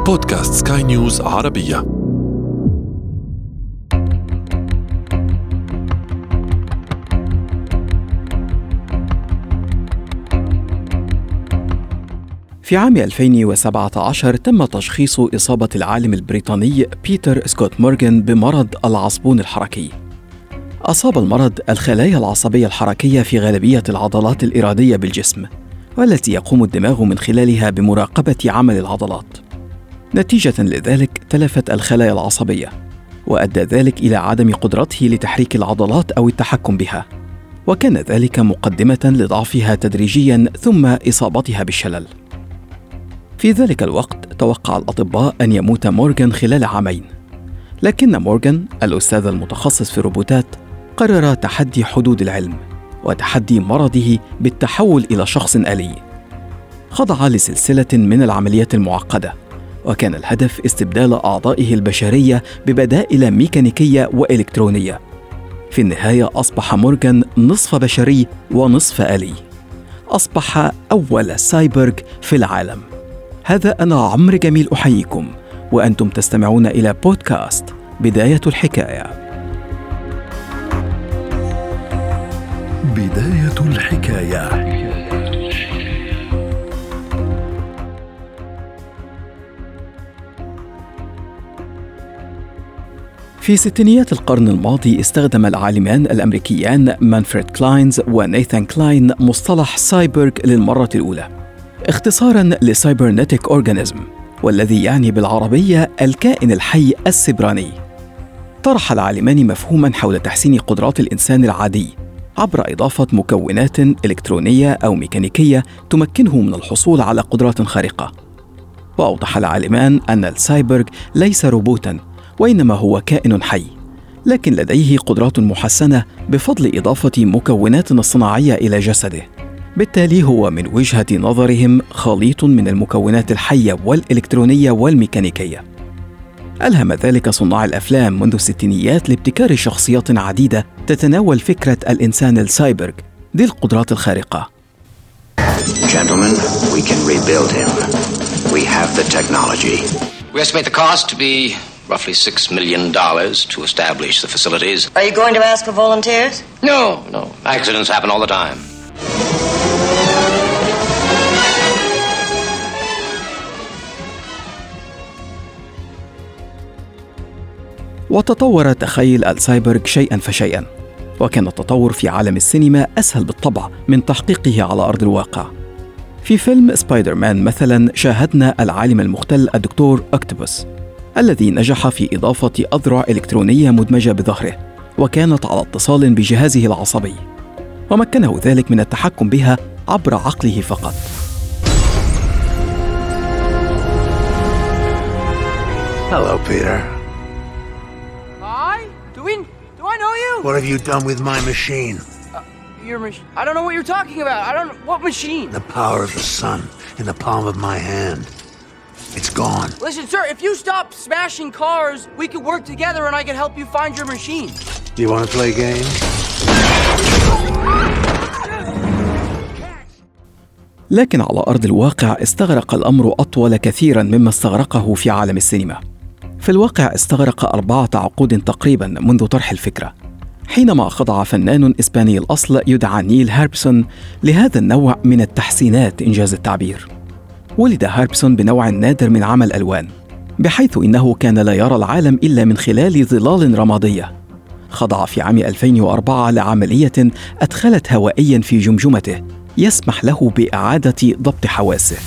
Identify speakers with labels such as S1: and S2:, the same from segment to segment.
S1: بودكاست سكاي نيوز عربية.
S2: في عام 2017 تم تشخيص إصابة العالم البريطاني بيتر سكوت مورغان بمرض العصبون الحركي. أصاب المرض الخلايا العصبية الحركية في غالبية العضلات الإرادية بالجسم، والتي يقوم الدماغ من خلالها بمراقبة عمل العضلات. نتيجة لذلك تلفت الخلايا العصبية، وأدى ذلك إلى عدم قدرته لتحريك العضلات أو التحكم بها، وكان ذلك مقدمة لضعفها تدريجياً ثم إصابتها بالشلل. في ذلك الوقت توقع الأطباء أن يموت مورغان خلال عامين، لكن مورغان الأستاذ المتخصص في الروبوتات قرر تحدي حدود العلم وتحدي مرضه بالتحول إلى شخص آلي. خضع لسلسلة من العمليات المعقدة، وكان الهدف استبدال أعضائه البشرية ببدائل ميكانيكية وإلكترونية. في النهاية أصبح مورغان نصف بشري ونصف آلي، أصبح أول سايبورغ في العالم. هذا أنا عمرو جميل أحييكم، وأنتم تستمعون إلى بودكاست بداية الحكاية.
S1: بداية الحكاية.
S2: في ستينيات القرن الماضي استخدم العالمان الأمريكيان مانفريد كلاينز ونايثان كلاين مصطلح سايبورغ للمرة الأولى، اختصاراً لسايبرنتيك أورجانيزم، والذي يعني بالعربية الكائن الحي السبراني. طرح العالمان مفهوماً حول تحسين قدرات الإنسان العادي عبر إضافة مكونات إلكترونية أو ميكانيكية تمكنه من الحصول على قدرات خارقة. وأوضح العالمان أن السايبورغ ليس روبوتاً، وإنما هو كائن حي، لكن لديه قدرات محسنة بفضل إضافة مكونات صناعية إلى جسده. بالتالي هو من وجهة نظرهم خليط من المكونات الحية والإلكترونية والميكانيكية. ألهم ذلك صناع الأفلام منذ الستينيات لابتكار شخصيات عديدة تتناول فكرة الإنسان السايبورغ ذي القدرات الخارقة.
S3: Gentlemen, we can rebuild him. We have the technology.
S4: We estimate the cost to be roughly $6 million to establish the facilities.
S5: Are you going to ask for volunteers?
S4: No. Accidents happen all the time.
S2: وتطور تخيل السايبورغ شيئاً فشيئاً، وكان التطور في عالم السينما أسهل بالطبع من تحقيقه على أرض الواقع. في فيلم سبايدر مان مثلاً شاهدنا العالم المختل الدكتور أكتوبوس، الذي نجح في إضافة أذرع إلكترونية مدمجة بظهره، وكانت على اتصال بجهازه العصبي، ومكنه ذلك من التحكم بها عبر عقله فقط.
S3: Hello, Peter.
S6: Hi? Do I know you?
S3: What have you done with my machine?
S6: Your machine? I don't know what you're talking about. I don't know. What machine?
S3: The power of the sun in the palm of my hand. It's gone.
S6: Listen, sir, if you stop smashing cars, we could work together and I can help you find your machine.
S3: Do you want to play games?
S2: لكن على أرض الواقع استغرق الأمر أطول كثيراً مما استغرقه في عالم السينما. في الواقع استغرق 4 عقود تقريباً منذ طرح الفكرة، حينما خضع فنان إسباني الأصل يدعى نيل هاربسون لهذا النوع من التحسينات إنجاز التعبير. ولد هاربسون بنوع نادر من عمى الألوان، بحيث إنه كان لا يرى العالم إلا من خلال ظلال رمادية. خضع في عام 2004 لعملية أدخلت هوائياً في جمجمته يسمح له بإعادة ضبط حواسه.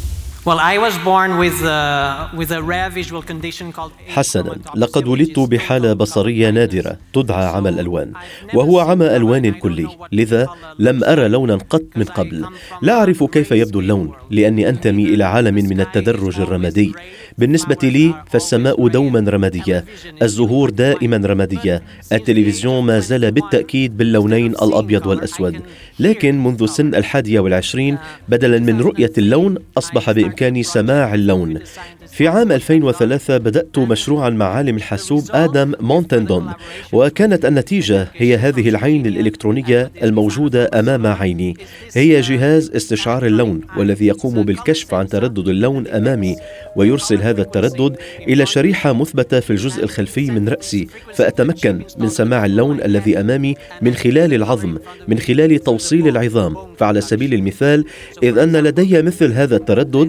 S7: حسناً، لقد ولدت بحالة بصرية نادرة تدعى عمى الألوان، وهو عمى ألوان كلي، لذا لم أرى لوناً قط من قبل. لا أعرف كيف يبدو اللون لأني أنتمي إلى عالم من التدرج الرمادي. بالنسبة لي فالسماء دوماً رمادية، الزهور دائماً رمادية، التلفزيون ما زال بالتأكيد باللونين الأبيض والأسود. لكن منذ سن 21 بدلاً من رؤية اللون أصبح بإمكاني سماع اللون. في عام 2003 بدأت مشروعا مع عالم الحاسوب آدم مونتندون، وكانت النتيجة هي هذه العين الإلكترونية الموجودة أمام عيني. هي جهاز استشعار اللون والذي يقوم بالكشف عن تردد اللون أمامي، ويرسل هذا التردد إلى شريحة مثبتة في الجزء الخلفي من رأسي، فأتمكن من سماع اللون الذي أمامي من خلال العظم، من خلال توصيل العظام. فعلى سبيل المثال، إذ أن لدي مثل هذا التردد،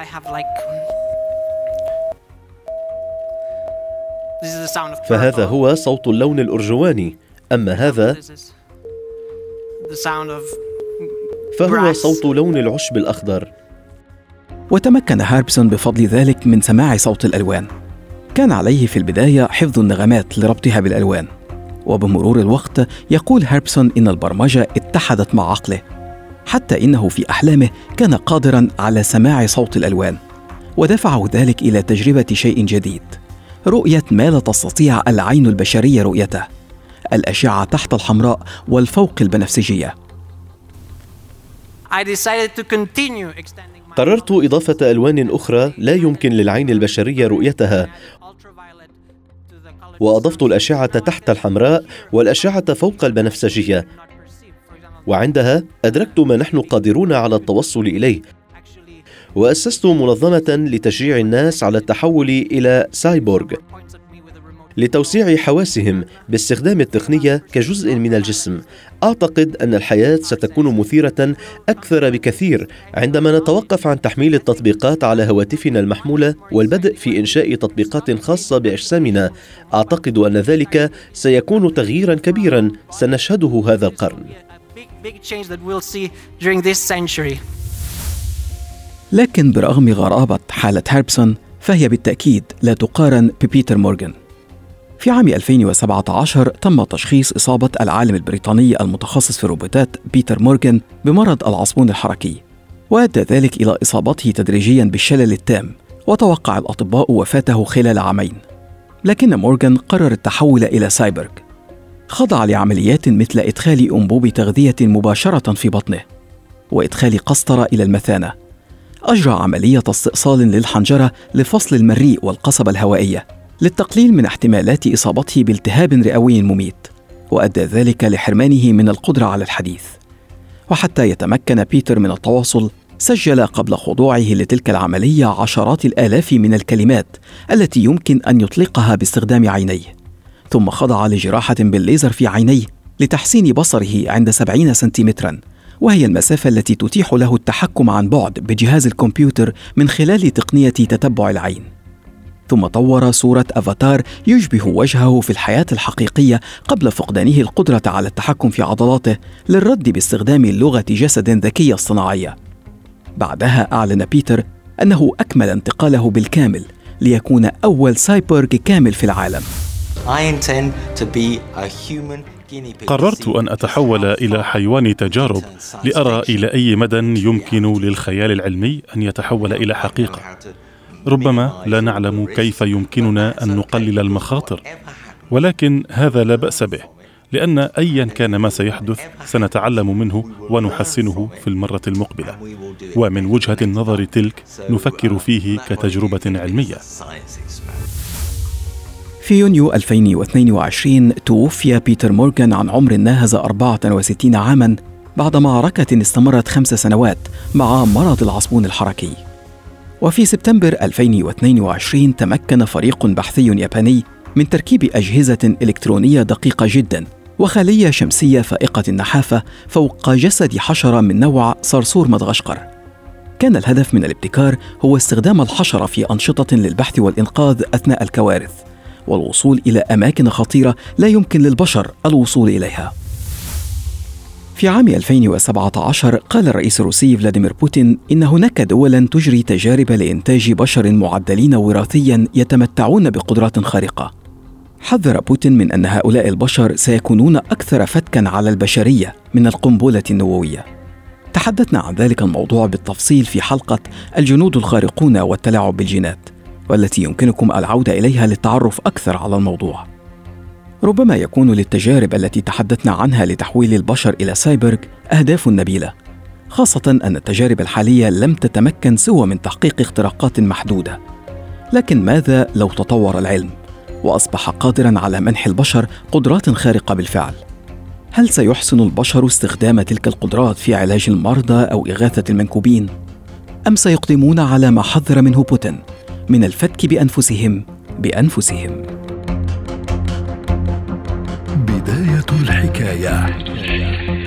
S7: فهذا هو صوت اللون الأرجواني، أما هذا فهو صوت لون العشب الأخضر.
S2: وتمكن هاربسون بفضل ذلك من سماع صوت الألوان. كان عليه في البداية حفظ النغمات لربطها بالألوان، وبمرور الوقت يقول هاربسون إن البرمجة اتحدت مع عقله، حتى إنه في أحلامه كان قادراً على سماع صوت الألوان، ودفعه ذلك إلى تجربة شيء جديد، رؤية ما لا تستطيع العين البشرية رؤيته، الأشعة تحت الحمراء والفوق البنفسجية.
S7: قررت إضافة ألوان أخرى لا يمكن للعين البشرية رؤيتها، وأضفت الأشعة تحت الحمراء والأشعة فوق البنفسجية، وعندها أدركت ما نحن قادرون على التوصل إليه، وأسست منظمة لتشجيع الناس على التحول إلى سايبورغ لتوسيع حواسهم باستخدام التقنية كجزء من الجسم. أعتقد أن الحياة ستكون مثيرة أكثر بكثير عندما نتوقف عن تحميل التطبيقات على هواتفنا المحمولة والبدء في إنشاء تطبيقات خاصة بأجسامنا. أعتقد أن ذلك سيكون تغييرا كبيرا سنشهده هذا القرن.
S2: لكن برغم غرابة حالة هاربسون، فهي بالتأكيد لا تقارن ببيتر مورغان. في عام 2017 تم تشخيص إصابة العالم البريطاني المتخصص في الروبوتات بيتر مورغان بمرض العصبون الحركي، وأدى ذلك إلى إصابته تدريجياً بالشلل التام، وتوقع الأطباء وفاته خلال عامين. لكن مورغان قرر التحول إلى سايبورغ. خضع لعمليات مثل إدخال أنبوب تغذية مباشرة في بطنه، وإدخال قسطرة إلى المثانة. أجرى عملية استئصال للحنجرة لفصل المريء والقصبة الهوائية للتقليل من احتمالات إصابته بالتهاب رئوي مميت، وأدى ذلك لحرمانه من القدرة على الحديث. وحتى يتمكن بيتر من التواصل، سجل قبل خضوعه لتلك العملية عشرات الآلاف من الكلمات التي يمكن أن يطلقها باستخدام عينيه، ثم خضع لجراحة بالليزر في عينيه لتحسين بصره عند 70 سنتيمتراً، وهي المسافة التي تتيح له التحكم عن بعد بجهاز الكمبيوتر من خلال تقنية تتبع العين. ثم طور صورة أفاتار يشبه وجهه في الحياة الحقيقية قبل فقدانه القدرة على التحكم في عضلاته للرد باستخدام لغة جسد ذكية اصطناعية. بعدها أعلن بيتر أنه أكمل انتقاله بالكامل ليكون أول سايبورغ كامل في العالم.
S8: قررت أن أتحول إلى حيوان تجارب لأرى إلى أي مدى يمكن للخيال العلمي أن يتحول إلى حقيقة. ربما لا نعلم كيف يمكننا أن نقلل المخاطر، ولكن هذا لا بأس به، لأن أيا كان ما سيحدث سنتعلم منه ونحسنه في المرة المقبلة، ومن وجهة النظر تلك نفكر فيه كتجربة علمية.
S2: في يونيو 2022 توفي بيتر مورغان عن عمر ناهز 64 عاماً بعد معركة استمرت 5 سنوات مع مرض العصبون الحركي. وفي سبتمبر 2022 تمكن فريق بحثي ياباني من تركيب أجهزة إلكترونية دقيقة جداً وخلية شمسية فائقة النحافة فوق جسد حشرة من نوع صرصور مدغشقر. كان الهدف من الابتكار هو استخدام الحشرة في أنشطة للبحث والإنقاذ أثناء الكوارث، والوصول إلى أماكن خطيرة لا يمكن للبشر الوصول إليها. في عام 2017 قال الرئيس الروسي فلاديمير بوتين إن هناك دولاً تجري تجارب لإنتاج بشر معدلين وراثياً يتمتعون بقدرات خارقة. حذر بوتين من أن هؤلاء البشر سيكونون أكثر فتكاً على البشرية من القنبلة النووية. تحدثنا عن ذلك الموضوع بالتفصيل في حلقة الجنود الخارقون والتلاعب بالجينات، والتي يمكنكم العودة إليها للتعرف أكثر على الموضوع. ربما يكون للتجارب التي تحدثنا عنها لتحويل البشر إلى سايبورغ أهداف نبيلة، خاصة أن التجارب الحالية لم تتمكن سوى من تحقيق اختراقات محدودة. لكن ماذا لو تطور العلم وأصبح قادراً على منح البشر قدرات خارقة بالفعل؟ هل سيحسن البشر استخدام تلك القدرات في علاج المرضى أو إغاثة المنكوبين؟ أم سيقدمون على ما حذر منه بوتين من الفتك بأنفسهم.
S1: بداية الحكاية.